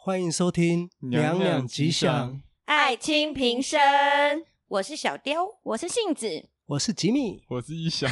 欢迎收听娘娘吉祥， 爱卿平生。我是小雕， 我是杏子， 我是吉米， 我是一翔。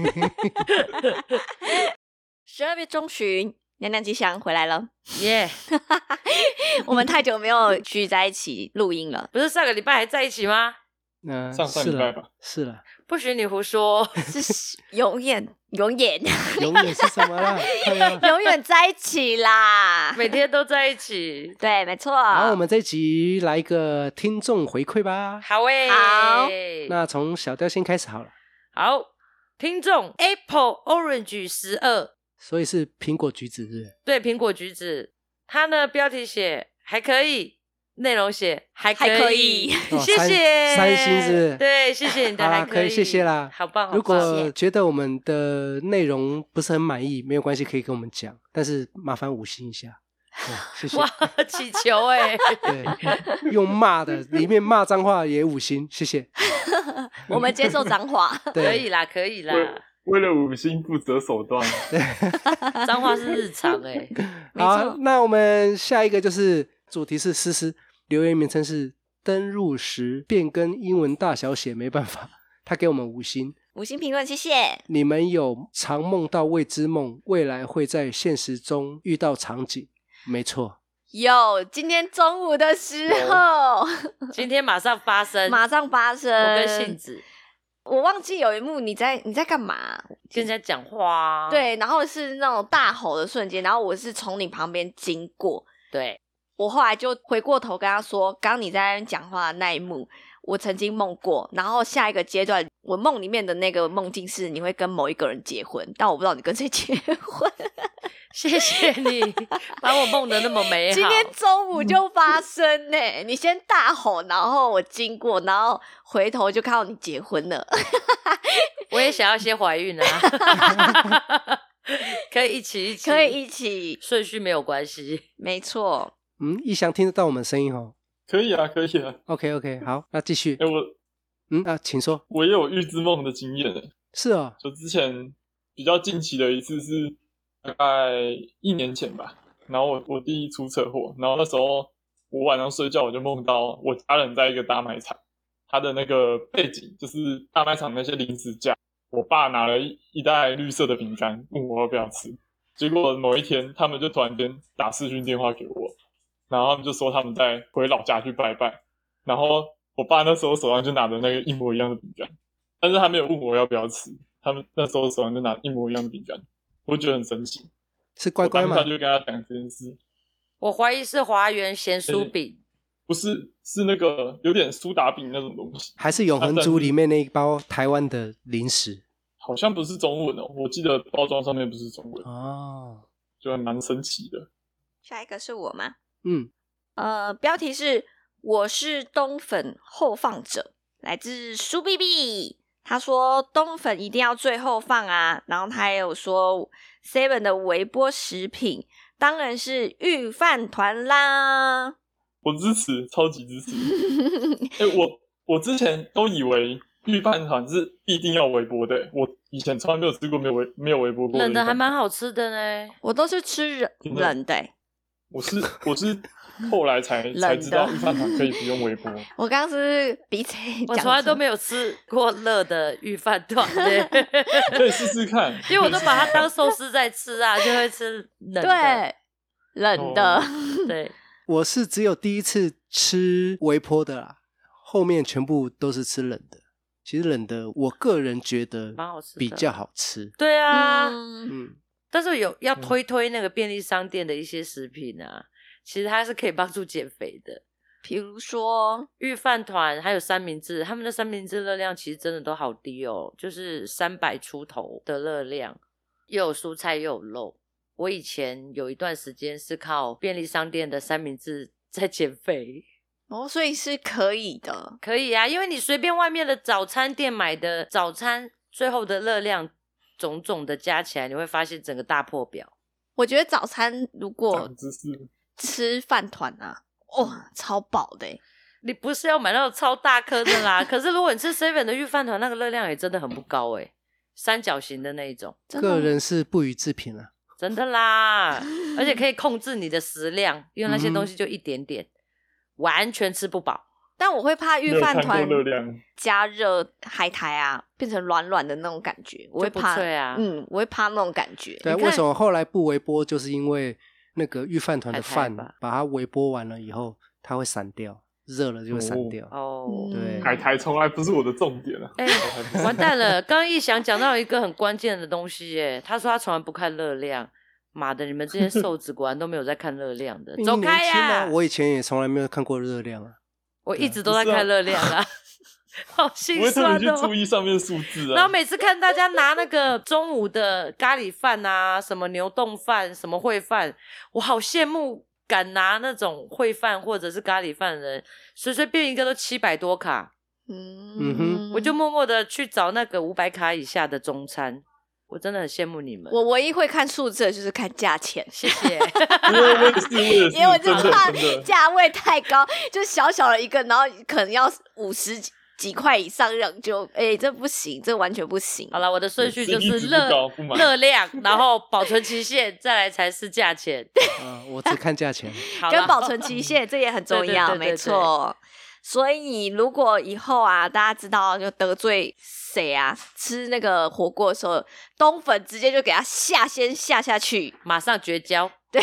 12月中旬，娘娘吉祥回来了， 耶、 我们太久没有聚在一起录音了， 不是上个礼拜还在一起吗？ 上礼拜吧， 是了， 不许你胡说， 是永远永远是什么啦？ 永远在一起啦， 每天都在一起。 对，没错。 好，我们这集来一个听众回馈吧。 好诶、 好那从小雕先开始好了。 好，听众 Apple Orange 12， 所以是苹果橘子是不是？ 对，苹果橘子，他呢标题写还可以，内容写还可以， 哦谢谢三星是不是？ 对，谢谢你的好啦还可以， 谢谢啦。 好棒好棒。 如果觉得我们的内容不是很满意，没有关系，可以跟我们讲，但是麻烦5星一下。谢谢。 哇，祈求欸对，用骂的，里面骂脏话也5星，谢谢。 我们接受脏话， 对可以啦，可以啦， 为了5星不择手段。 脏话是日常欸没好错， 那我们下一个就是主题是思思，留言名称是登入时变更英文大小写没办法，他给我们5星。 5星评论，谢谢。 你们有常梦到未知梦，未来会在现实中遇到场景？没错， 有，今天中午的时候， 今天马上发生， 马上发生。 我跟杏子我忘记有一幕你在干嘛？ 跟人家讲话啊， 对，然后是那种大吼的瞬间，然后我是从你旁边经过， 对， 我后来就回过头跟他说，刚你在那边讲话的那一幕，我曾经梦过，然后下一个阶段，我梦里面的那个梦境是你会跟某一个人结婚，但我不知道你跟谁结婚。 谢谢你把我梦得那么美好。 今天中午就发生呢、你先大吼，然后我经过，然后回头就看到你结婚了。 我也想要先怀孕啊，可以一起， 可以一起， 顺序没有关系。 没错。 一翔听得到我们声音哦。 可以啊，可以啊。 OK， 好，那继续。请说。 我也有预知梦的经验诶。 是哦， 就之前比较近期的一次是大概1年前吧，然后我弟出车祸，然后那时候我晚上睡觉我就梦到我家人在一个大卖场，他的那个背景就是大卖场那些零食架，我爸拿了一袋绿色的饼干问我要不要吃，结果某一天他们就突然间打视讯电话给我，然后他们就说他们在回老家去拜拜，然后我爸那时候手上就拿着那个一模一样的饼干，但是他没有问我要不要吃，他们那时候手上就拿一模一样的饼干，我觉得很神奇。 是乖乖吗？ 我当下就跟他讲这件事。 我怀疑是华园咸酥饼， 不是，是那个有点苏打饼那种东西， 还是永恒族里面那一包台湾的零食？ 好像不是中文哦，我记得包装上面不是中文哦， 就还蛮神奇的。 下一个是我吗？ 标题是我是冬粉后放者，来自苏 BB。他说冬粉一定要最后放啊，然后他也有说 Seven 的微波食品当然是御饭团啦， 我支持，超级支持。我之前都以为御饭团是必定要微波的，我以前从来没有吃过没有微波过的。 冷的还蛮好吃的呢。 我都是吃冷的我是后来才知道御饭团可以不用微波。 我刚刚是鼻子我从来都没有吃过热的御饭团可以试试看， 因为我都把它当寿司在吃啊，就会吃冷的。 对，冷的。 对， 我是只有第一次吃微波的啦，后面全部都是吃冷的。其实冷的我个人觉得比较好吃。 对啊，但是要推那个便利商店的一些食品啊，其实它是可以帮助减肥的。 比如说御饭团还有三明治，他们的三明治热量其实真的都好低哦，就是300出头的热量，又有蔬菜又有肉。我以前有一段时间是靠便利商店的三明治在减肥。 所以是可以的。 可以啊，因为你随便外面的早餐店买的早餐，最后的热量种种的加起来，你会发现整个大破表。 我觉得早餐如果吃饭团啊，超饱的你不是要买那种超大颗的啦，可是如果你吃 7-Eleven 的御饭团，那个热量也真的很不高三角形的那一种。 个人是不予置评啦。 真的啦，而且可以控制你的食量，因为那些东西就一点点，完全吃不饱。 但我会怕御饭团热量加热海苔啊，变成软软的那种感觉，我会怕。我会怕那种感觉。 对，为什么后来不微波？就是因为那个御饭团的饭，把它微波完了以后，它会散掉，热了就会散掉。对， 海苔从来不是我的重点啊。 完蛋了！刚刚一翔讲到一个很关键的东西耶，他说他从来不看热量。妈的，你们这些瘦子果然都没有在看热量的，走开呀！ 我以前也从来没有看过热量啊。 我一直都在看热量啊，好心酸哦。 我会特别去注意上面的数字啊。 然后每次看大家拿那个中午的咖喱饭啊，什么牛冻饭、什么烩饭，我好羡慕敢拿那种烩饭或者是咖喱饭的人，随随便一个都700多卡。我就默默的去找那个500卡以下的中餐。我真的很羡慕你们。 我唯一会看数字的就是看价钱， 谢谢。 因为我就怕价位太高，就小小的一个，然后可能要50几块以上，就这不行，这完全不行。 好了，我的顺序就是热量，然后保存期限，再来才是价钱。 我只看价钱， 跟保存期限这也很重要，没错。所以如果以后啊，大家知道就得罪谁啊，吃那个火锅的时候，冬粉直接就给他先下下去， 马上绝交。 对，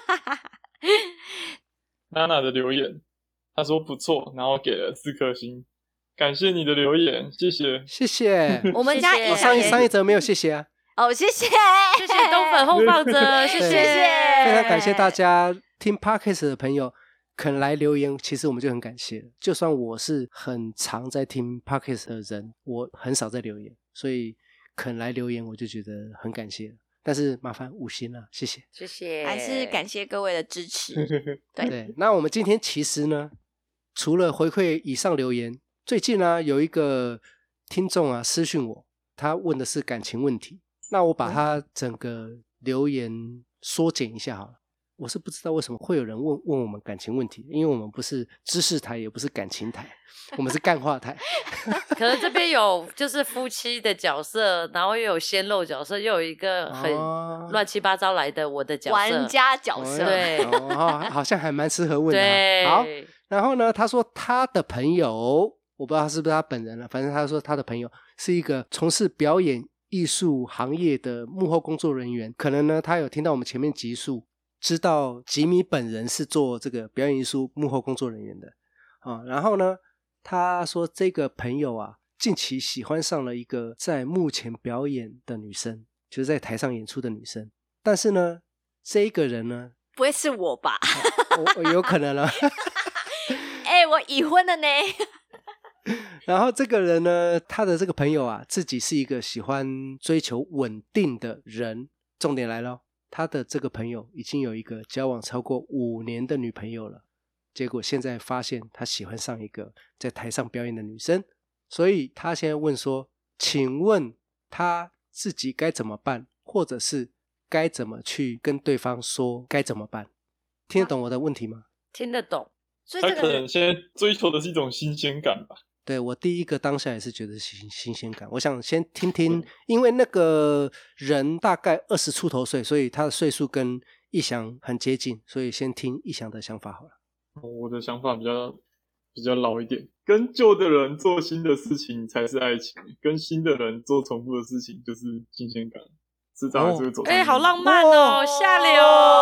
娜娜的留言，她说不错，然后给了4颗星，感谢你的留言，谢谢， 谢谢。 我们家上一则没有谢谢啊。 谢谢冬粉后放着，谢谢， 非常感谢大家听 Podcast 的朋友。肯来留言，其实我们就很感谢了。就算我是很常在听 Podcast 的人，我很少在留言，所以肯来留言，我就觉得很感谢了。但是麻烦5星了，谢谢， 谢谢， 还是感谢各位的支持。 对，那我们今天其实呢，除了回馈以上留言，最近呢有一个听众啊私讯我，他问的是感情问题，那我把他整个留言缩减一下好了。我是不知道为什么会有人问我们感情问题，因为我们不是知识台，也不是感情台，我们是干话台。 可能这边有就是夫妻的角色，然后又有鲜肉角色，又有一个很乱七八糟来的我的角色， 玩家角色， 对， 好像还蛮适合问的。 对， 好，然后呢，他说他的朋友，我不知道是不是他本人了，反正他说他的朋友是一个从事表演艺术行业的幕后工作人员，可能呢他有听到我们前面集数。知道吉米本人是做这个表演艺术幕后工作人员的然后呢他说这个朋友啊近期喜欢上了一个在幕前表演的女生，就是在台上演出的女生，但是呢这一个人呢不会是我吧？ 我有可能了。 我已婚了呢。 然后这个人呢，他的这个朋友啊自己是一个喜欢追求稳定的人，重点来了，他的这个朋友已经有一个交往超过5年的女朋友了，结果现在发现他喜欢上一个在台上表演的女生，所以他现在问说，请问他自己该怎么办，或者是该怎么去跟对方说该怎么办？听得懂我的问题吗？ 听得懂。 所以他可能现在追求的是一种新鲜感吧。 对，我第一个当下也是觉得新鲜感，我想先听听，因为那个人大概20出头岁，所以他的岁数跟逸翔很接近，所以先听逸翔的想法好了。 我的想法比较老一点，跟旧的人做新的事情才是爱情，跟新的人做重复的事情就是新鲜感，迟早还是会走上。 好浪漫哦，下流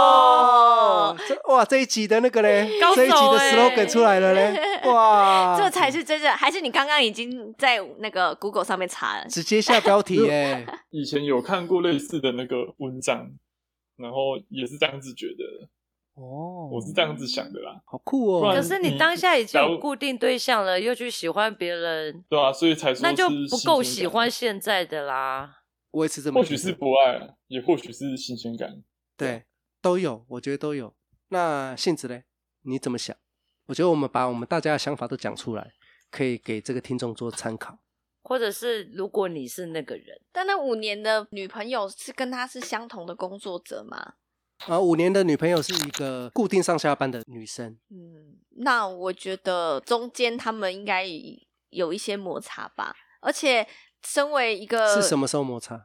哇，这一集的那个嘞， 这一集的 slogan 出来了嘞，哇， 这才是真的，还是你刚刚已经在那个 Google 上面查了， 直接下标题耶。 以前有看过类似的那个文章，然后也是这样子觉得。我是这样子想的啦， 好酷哦！ 可是你当下已经有固定对象了，又去喜欢别人， 对啊，所以才说那就不够喜欢现在的啦。 我也是这么觉得， 或许是不爱，也或许是新鲜感， 对，都有，我觉得都有。那杏子嘞，你怎么想？我觉得我们把我们大家的想法都讲出来，可以给这个听众做参考。 或者是如果你是那个人， 但那5年的女朋友是跟他是相同的工作者吗 ？5年的女朋友是一个固定上下班的女生。 那我觉得中间他们应该有一些摩擦吧。而且身为一个是什么时候摩擦？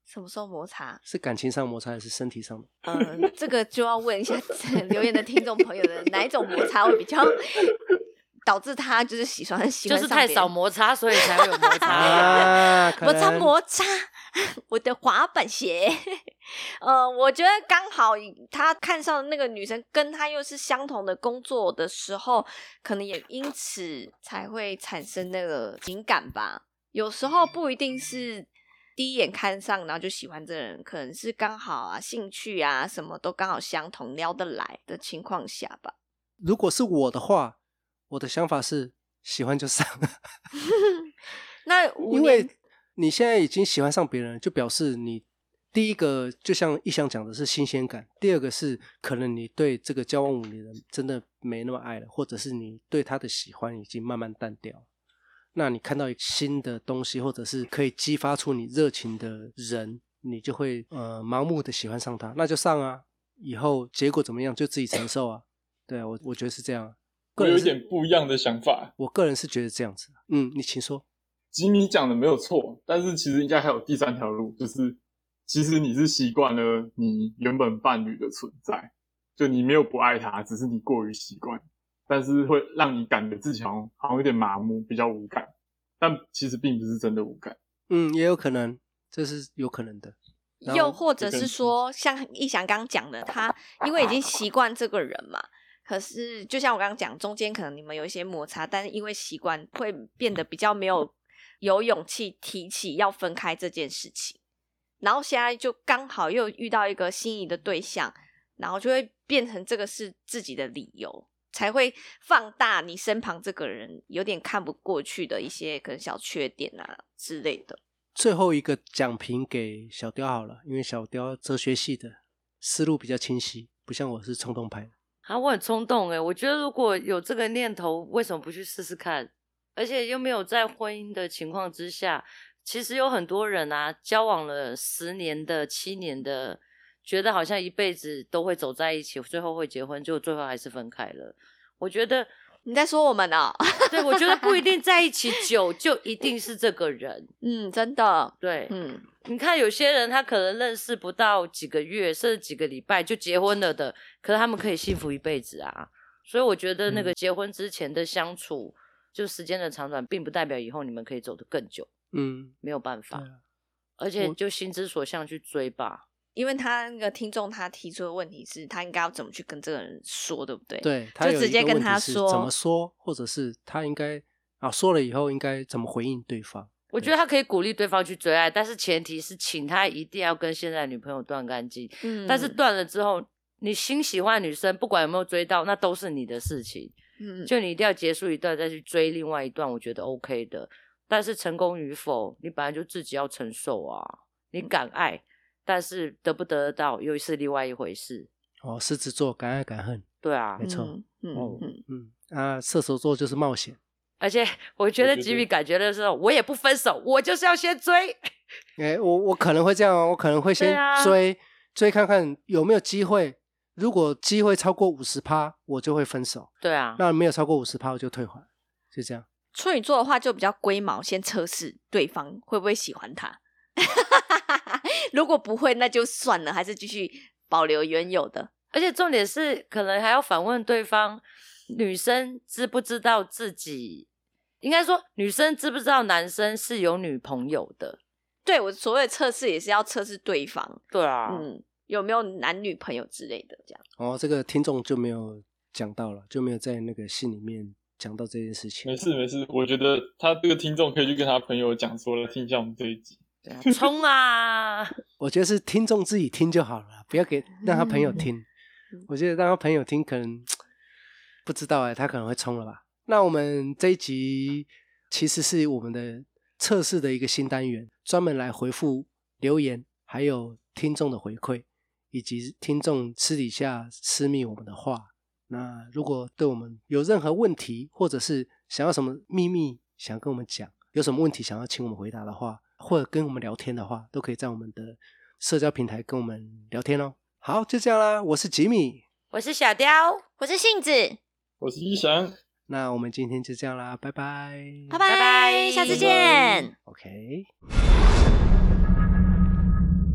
什么时候摩擦？ 是感情上摩擦还是身体上的？ 这个就要问一下留言的听众朋友的哪一种摩擦会比较导致他就是喜欢就是太少摩擦，所以才会有摩擦。 啊， 摩擦，我的滑板鞋。我觉得刚好他看上的那个女生跟他又是相同的工作的时候，可能也因此才会产生那个情感吧。有时候不一定是第一眼看上然后就喜欢这个人，可能是刚好啊兴趣啊什么都刚好相同，聊得来的情况下吧。 如果是我的话，我的想法是喜欢就上。 那因为你现在已经喜欢上别人，就表示你第一个就像逸翔讲的是新鲜感，第二个是可能你对这个交往5年的人真的没那么爱了，或者是你对他的喜欢已经慢慢淡掉。那你看到新的东西，或者是可以激发出你热情的人，你就会盲目的喜欢上他，那就上啊，以后结果怎么样就自己承受啊。对啊，我觉得是这样。 我有一点不一样的想法， 我个人是觉得这样子。你请说。 吉米讲的没有错，但是其实应该还有第3条路，就是其实你是习惯了你原本伴侣的存在，就你没有不爱他，只是你过于习惯，但是会让你感觉自己好像有点麻木，比较无感，但其实并不是真的无感。 也有可能，这是有可能的。 又或者是说像逸翔刚讲的，他因为已经习惯这个人嘛，可是就像我刚刚讲，中间可能你们有一些摩擦，但是因为习惯会变得比较没有勇气提起要分开这件事情，然后现在就刚好又遇到一个心仪的对象，然后就会变成这个是自己的理由，才会放大你身旁这个人有点看不过去的一些可能小缺点啊之类的。 最后一个讲评给小雕好了，因为小雕哲学系的思路比较清晰，不像我是冲动派的。 我很冲动我觉得如果有这个念头，为什么不去试试看？而且又没有在婚姻的情况之下，其实有很多人啊，交往了10年的、7年的，觉得好像一辈子都会走在一起，最后会结婚，结果最后还是分开了。我觉得你在说我们哦？ 对，我觉得不一定在一起久就一定是这个人。 真的。 对，你看有些人他可能认识不到几个月，甚至几个礼拜就结婚了的，可是他们可以幸福一辈子啊。所以我觉得那个结婚之前的相处，就时间的长短，并不代表以后你们可以走得更久。没有办法。而且就心之所向去追吧。 因为他那个听众他提出的问题是他应该要怎么去跟这个人说，对不对？ 对，他就直接跟他说怎么说，或者是他应该说了以后应该怎么回应对方。 我觉得他可以鼓励对方去追爱，但是前提是请他一定要跟现在的女朋友断干净。但是断了之后，你新喜欢的女生不管有没有追到，那都是你的事情。就你一定要结束一段再去追另外一段，我觉得 OK 的。但是成功与否，你本来就自己要承受啊。你敢爱，但是得不得到又是另外一回事。 狮子座敢爱敢恨。 对啊， 没错。射手座就是冒险。 而且我觉得吉米感觉的时候，我也不分手，我就是要先追。 我可能会这样我可能会先追看看有没有机会。如果机会超过 50%， 我就会分手。 对啊， 那没有超过 50%， 我就退还，就这样。 处女座的话就比较龟毛，先测试对方会不会喜欢他。如果不会，那就算了，还是继续保留原有的。 而且重点是，可能还要反问对方，女生知不知道自己，应该说女生知不知道男生是有女朋友的。 对，我所谓的测试也是要测试对方。 对啊。 有没有男女朋友之类的这样。 这个听众就没有讲到了，就没有在那个信里面讲到这件事情。 没事，我觉得他这个听众可以去跟他朋友讲说了，听一下我们这一集。 冲啊！ 我觉得是听众自己听就好了，不要让他朋友听。我觉得让他朋友听可能不知道他可能会冲了吧。那我们这一集其实是我们的测试的一个新单元，专门来回复留言，还有听众的回馈，以及听众私底下私密我们的话。那如果对我们有任何问题，或者是想要什么秘密想跟我们讲，有什么问题想要请我们回答的话，或者跟我们聊天的话，都可以在我们的社交平台跟我们聊天哦。好，就这样啦，我是吉米， 我是小雕， 我是杏子， 我是逸翔。 那我们今天就这样啦，拜拜， 拜拜，下次见。 OK。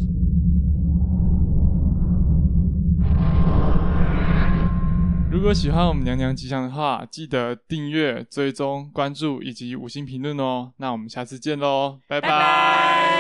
果喜欢我们娘娘吉祥的话，记得订阅、追踪、关注以及5星评论哦。那我们下次见喽，拜拜拜。